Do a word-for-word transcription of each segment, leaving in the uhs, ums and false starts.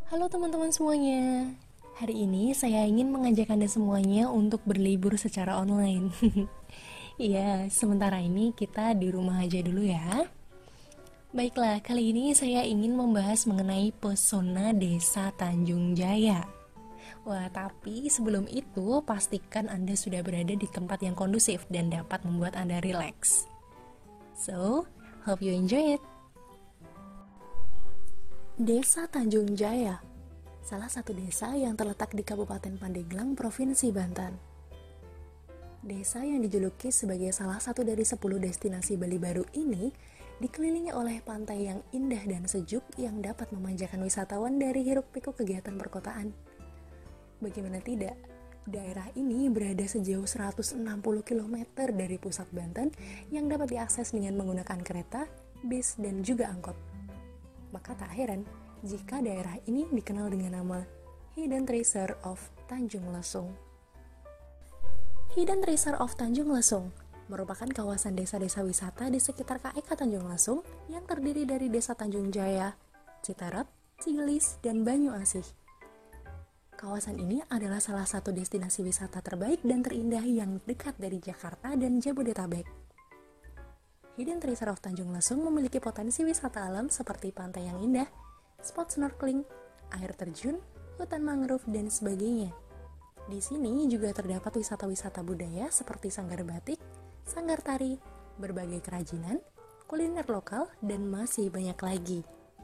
Halo teman-teman semuanya. Hari ini saya ingin mengajak Anda semuanya untuk berlibur secara online. Iya, sementara ini kita di rumah aja dulu ya. Baiklah, kali ini saya ingin membahas mengenai pesona Desa Tanjung Jaya. Wah, tapi sebelum itu pastikan Anda sudah berada di tempat yang kondusif dan dapat membuat Anda rileks. So, hope you enjoy it. Desa Tanjung Jaya, salah satu desa yang terletak di Kabupaten Pandeglang, Provinsi Banten. Desa yang dijuluki sebagai salah satu dari sepuluh destinasi Bali baru ini dikelilingi oleh pantai yang indah dan sejuk yang dapat memanjakan wisatawan dari hiruk-pikuk kegiatan perkotaan. Bagaimana tidak, daerah ini berada sejauh seratus enam puluh kilometer dari pusat Banten yang dapat diakses dengan menggunakan kereta, bis, dan juga angkot. Maka tak heran jika daerah ini dikenal dengan nama Hidden Treasure of Tanjung Lesung. Hidden Treasure of Tanjung Lesung merupakan kawasan desa-desa wisata di sekitar K E K Tanjung Lesung yang terdiri dari Desa Tanjung Jaya, Citarap, Cigelis, dan Banyu Asih. Kawasan ini adalah salah satu destinasi wisata terbaik dan terindah yang dekat dari Jakarta dan Jabodetabek. Hidden Treasure of Tanjung Lesung memiliki potensi wisata alam seperti pantai yang indah, spot snorkeling, air terjun, hutan mangrove, dan sebagainya. Di sini juga terdapat wisata-wisata budaya seperti sanggar batik, sanggar tari, berbagai kerajinan, kuliner lokal, dan masih banyak lagi.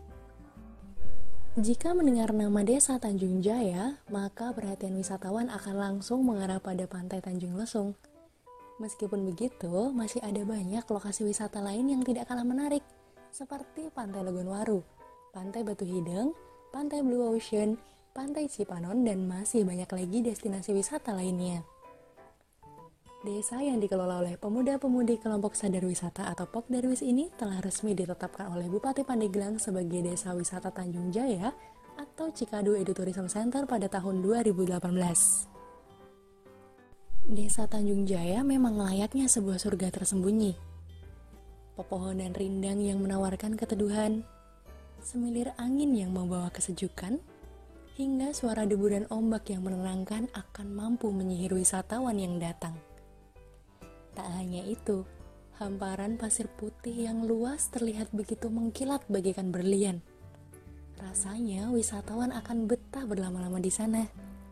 Jika mendengar nama Desa Tanjung Jaya, maka perhatian wisatawan akan langsung mengarah pada pantai Tanjung Lesung. Meskipun begitu, masih ada banyak lokasi wisata lain yang tidak kalah menarik, seperti Pantai Legonwaru, Pantai Batu Hideng, Pantai Blue Ocean, Pantai Cipanon, dan masih banyak lagi destinasi wisata lainnya. Desa yang dikelola oleh pemuda-pemudi kelompok sadar wisata atau Pokdarwis ini telah resmi ditetapkan oleh Bupati Pandeglang sebagai Desa Wisata Tanjung Jaya atau Cikadu Edutourism Center pada tahun dua ribu delapan belas. Desa Tanjung Jaya memang layaknya sebuah surga tersembunyi. Pepohonan rindang yang menawarkan keteduhan, semilir angin yang membawa kesejukan, hingga suara deburan ombak yang menenangkan akan mampu menyihir wisatawan yang datang. Tak hanya itu, hamparan pasir putih yang luas terlihat begitu mengkilat bagaikan berlian. Rasanya wisatawan akan betah berlama-lama di sana.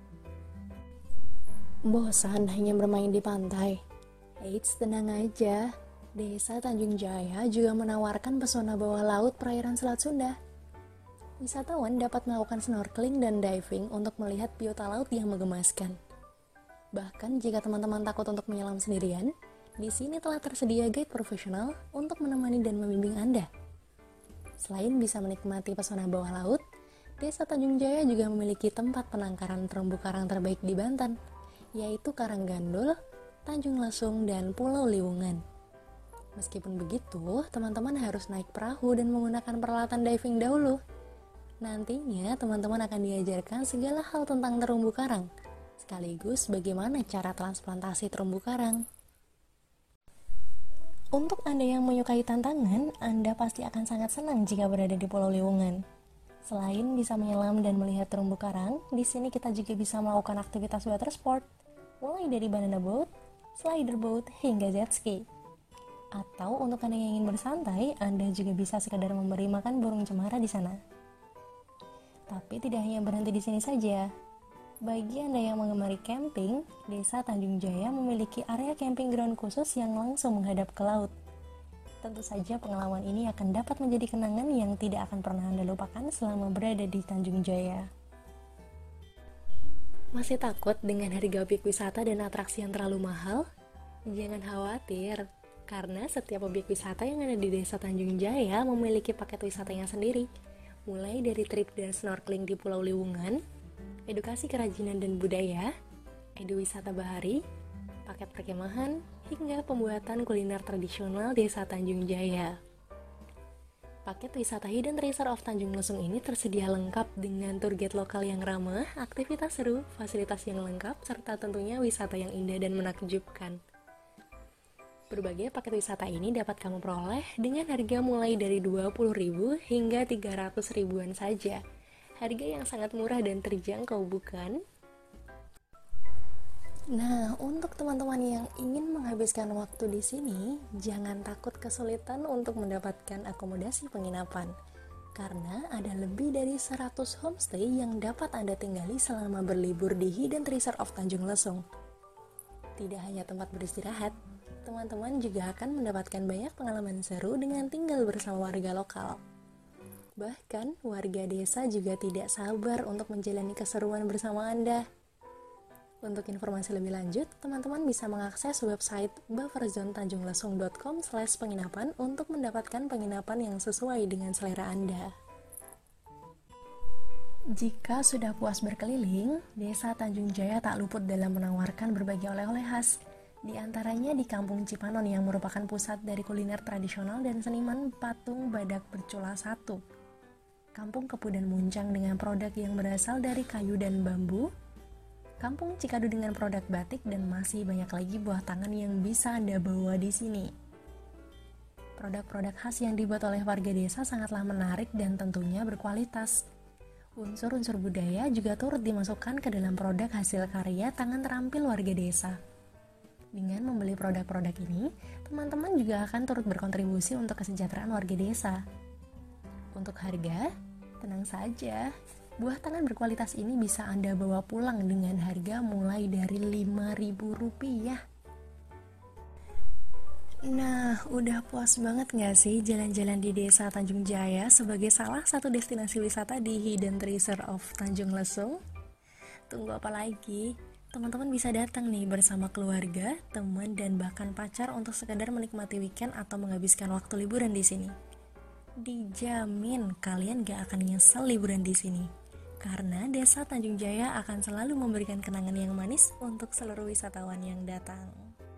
Bosan hanya bermain di pantai? Eits, tenang aja. Desa Tanjung Jaya juga menawarkan pesona bawah laut perairan Selat Sunda. Wisatawan dapat melakukan snorkeling dan diving untuk melihat biota laut yang menggemaskan. Bahkan jika teman-teman takut untuk menyelam sendirian, di sini telah tersedia guide profesional untuk menemani dan membimbing Anda. Selain bisa menikmati pesona bawah laut, Desa Tanjung Jaya juga memiliki tempat penangkaran terumbu karang terbaik di Banten, yaitu Karanggandul, Tanjung Lesung, dan Pulau Liwungan. Meskipun begitu, teman-teman harus naik perahu dan menggunakan peralatan diving dahulu. Nantinya, teman-teman akan diajarkan segala hal tentang terumbu karang, sekaligus bagaimana cara transplantasi terumbu karang. Untuk Anda yang menyukai tantangan, Anda pasti akan sangat senang jika berada di Pulau Liwungan. Selain bisa menyelam dan melihat terumbu karang, di sini kita juga bisa melakukan aktivitas water sport, mulai dari banana boat, slider boat, hingga jet ski. Atau untuk Anda yang ingin bersantai, Anda juga bisa sekadar memberi makan burung cemara di sana. Tapi tidak hanya berhenti di sini saja. Bagi Anda yang mengemari camping, Desa Tanjung Jaya memiliki area camping ground khusus yang langsung menghadap ke laut. Tentu saja pengalaman ini akan dapat menjadi kenangan yang tidak akan pernah Anda lupakan selama berada di Tanjung Jaya. Masih takut dengan harga objek wisata dan atraksi yang terlalu mahal? Jangan khawatir, karena setiap objek wisata yang ada di Desa Tanjung Jaya memiliki paket wisatanya sendiri. Mulai dari trip dan snorkeling di Pulau Liwungan, edukasi kerajinan dan budaya, edu wisata bahari, paket perkemahan, hingga pembuatan kuliner tradisional Desa Tanjung Jaya. Paket wisata Hidden Treasure of Tanjung Lesung ini tersedia lengkap dengan tour guide lokal yang ramah, aktivitas seru, fasilitas yang lengkap, serta tentunya wisata yang indah dan menakjubkan. Berbagai paket wisata ini dapat kamu peroleh dengan harga mulai dari dua puluh ribu hingga tiga ratus ribuan saja, Harga yang sangat murah dan terjangkau, bukan? Nah, untuk teman-teman yang ingin menghabiskan waktu di sini, jangan takut kesulitan untuk mendapatkan akomodasi penginapan. Karena ada lebih dari seratus homestay yang dapat Anda tinggali selama berlibur di Hidden Treasure of Tanjung Lesung. Tidak hanya tempat beristirahat, teman-teman juga akan mendapatkan banyak pengalaman seru dengan tinggal bersama warga lokal. Bahkan, warga desa juga tidak sabar untuk menjalani keseruan bersama Anda. Untuk informasi lebih lanjut, teman-teman bisa mengakses website bufferzone tanjung lesung dot com slash penginapan untuk mendapatkan penginapan yang sesuai dengan selera Anda. Jika sudah puas berkeliling, Desa Tanjung Jaya tak luput dalam menawarkan berbagai oleh-oleh khas. Di antaranya di Kampung Cipanon yang merupakan pusat dari kuliner tradisional dan seniman patung badak bercula satu. Kampung Kepu dan Muncang dengan produk yang berasal dari kayu dan bambu. Kampung Cikadu dengan produk batik, dan masih banyak lagi buah tangan yang bisa Anda bawa di sini. Produk-produk khas yang dibuat oleh warga desa sangatlah menarik dan tentunya berkualitas. Unsur-unsur budaya juga turut dimasukkan ke dalam produk hasil karya tangan terampil warga desa. Dengan membeli produk-produk ini, teman-teman juga akan turut berkontribusi untuk kesejahteraan warga desa. Untuk harga, tenang saja. Buah tangan berkualitas ini bisa Anda bawa pulang dengan harga mulai dari lima ribu rupiah. Nah, udah puas banget gak sih jalan-jalan di Desa Tanjung Jaya sebagai salah satu destinasi wisata di Hidden Treasure of Tanjung Lesung? Tunggu apa lagi? Teman-teman bisa datang nih bersama keluarga, teman, dan bahkan pacar untuk sekedar menikmati weekend atau menghabiskan waktu liburan di sini. Dijamin kalian gak akan nyesel liburan di sini. Karena Desa Tanjung Jaya akan selalu memberikan kenangan yang manis untuk seluruh wisatawan yang datang.